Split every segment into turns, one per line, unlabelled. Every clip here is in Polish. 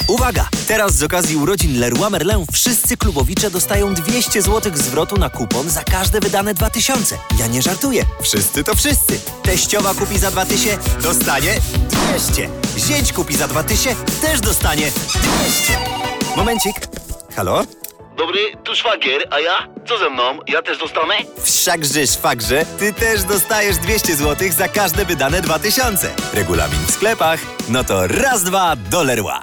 Uwaga! Teraz z okazji urodzin Leroy Merlin wszyscy klubowicze dostają 200 zł zwrotu na kupon za każde wydane 2000. Ja nie żartuję. Wszyscy to wszyscy. Teściowa kupi za 2000, dostanie 200. Zięć kupi za 2000, też dostanie 200. Momencik. Halo?
Dobry, tu szwagier, a ja? Co ze mną? Ja też dostanę?
Wszakże, szwagrze, ty też dostajesz 200 zł za każde wydane 2000. Regulamin w sklepach. No to raz, dwa, do Leroy.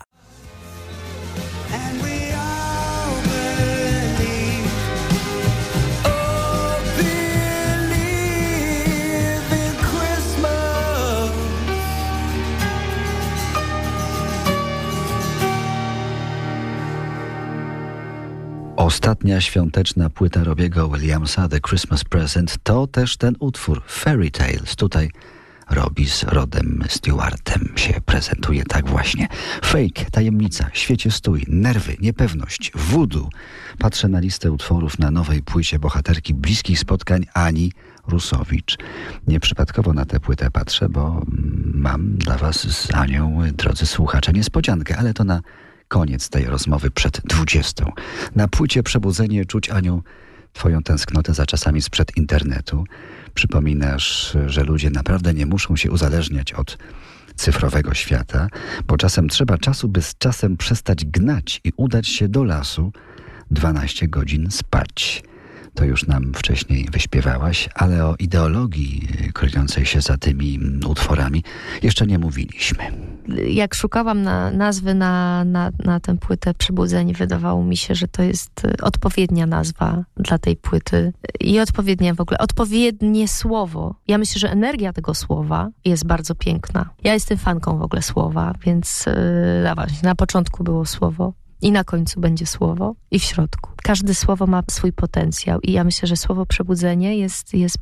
Ostatnia świąteczna płyta Robiego Williamsa, The Christmas Present, to też ten utwór Fairy Tales. Tutaj Robbie z Rodem Stewartem się prezentuje tak właśnie. Fake, tajemnica, świecie stój, nerwy, niepewność, voodoo. Patrzę na listę utworów na nowej płycie bohaterki Bliskich Spotkań Ani Rusowicz. Nieprzypadkowo na tę płytę patrzę, bo mam dla was z Anią, drodzy słuchacze, niespodziankę, ale to na koniec tej rozmowy przed 20. Na płycie Przebudzenie czuć, Aniu, twoją tęsknotę za czasami sprzed internetu. Przypominasz, że ludzie naprawdę nie muszą się uzależniać od cyfrowego świata, bo czasem trzeba czasu, by z czasem przestać gnać i udać się do lasu 12 godzin spać. To już nam wcześniej wyśpiewałaś, ale o ideologii kryjącej się za tymi utworami jeszcze nie mówiliśmy.
Jak szukałam nazwy na tę płytę Przebudzenie, wydawało mi się, że to jest odpowiednia nazwa dla tej płyty i odpowiednie w ogóle, odpowiednie słowo. Ja myślę, że energia tego słowa jest bardzo piękna. Ja jestem fanką w ogóle słowa, więc na początku było słowo. I na końcu będzie słowo i w środku. Każde słowo ma swój potencjał i ja myślę, że słowo przebudzenie jest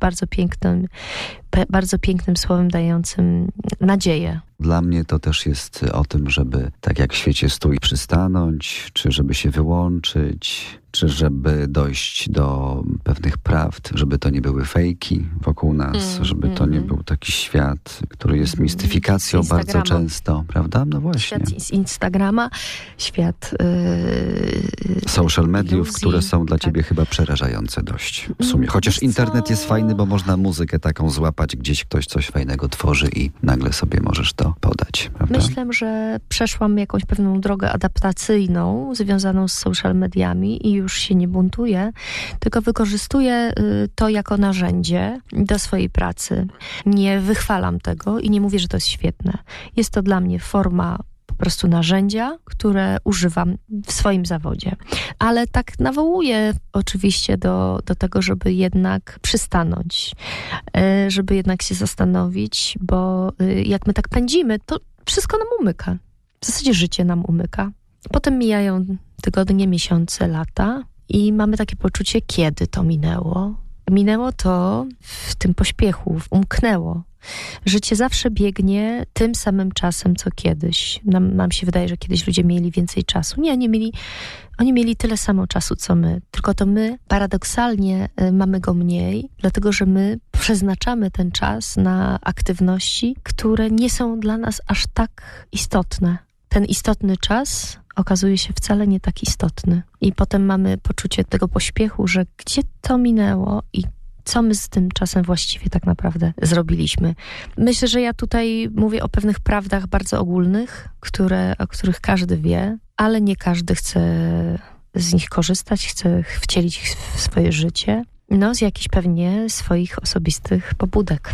bardzo pięknym słowem dającym nadzieję.
Dla mnie to też jest o tym, żeby tak jak w świecie stój przystanąć, czy żeby się wyłączyć, czy żeby dojść do pewnych prawd, żeby to nie były fejki wokół nas, żeby to nie był taki świat, który jest mistyfikacją bardzo często, prawda? No właśnie.
Świat z Instagrama, świat
social mediów,
iluzji,
które są dla ciebie chyba przerażające dość w sumie. Chociaż internet jest fajny, bo można muzykę taką złapać, gdzieś ktoś coś fajnego tworzy i nagle sobie możesz to podać, prawda?
Myślę, że przeszłam jakąś pewną drogę adaptacyjną związaną z social mediami i już się nie buntuję, tylko wykorzystuję to jako narzędzie do swojej pracy. Nie wychwalam tego i nie mówię, że to jest świetne. Jest to dla mnie forma po prostu narzędzia, które używam w swoim zawodzie. Ale tak nawołuję oczywiście do tego, żeby jednak przystanąć, żeby jednak się zastanowić, bo jak my tak pędzimy, to wszystko nam umyka. W zasadzie życie nam umyka. Potem mijają tygodnie, miesiące, lata i mamy takie poczucie, kiedy to minęło. Minęło to w tym pośpiechu, umknęło. Życie zawsze biegnie tym samym czasem, co kiedyś. Nam się wydaje, że kiedyś ludzie mieli więcej czasu. Nie, oni mieli tyle samo czasu, co my. Tylko to my paradoksalnie mamy go mniej, dlatego że my przeznaczamy ten czas na aktywności, które nie są dla nas aż tak istotne. Ten istotny czas okazuje się wcale nie tak istotny. I potem mamy poczucie tego pośpiechu, że gdzie to minęło i co my z tym czasem właściwie tak naprawdę zrobiliśmy. Myślę, że ja tutaj mówię o pewnych prawdach bardzo ogólnych, o których każdy wie, ale nie każdy chce z nich korzystać, chce wcielić ich w swoje życie. Z jakichś pewnie swoich osobistych pobudek.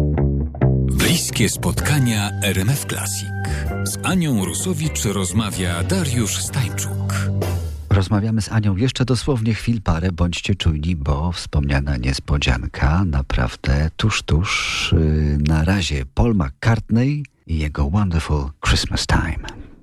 Bliskie spotkania RMF Classic. Z Anią Rusowicz rozmawia Dariusz Stańczuk.
Rozmawiamy z Anią jeszcze dosłownie chwil parę. Bądźcie czujni, bo wspomniana niespodzianka naprawdę tuż. Na razie Paul McCartney i jego Wonderful Christmas Time.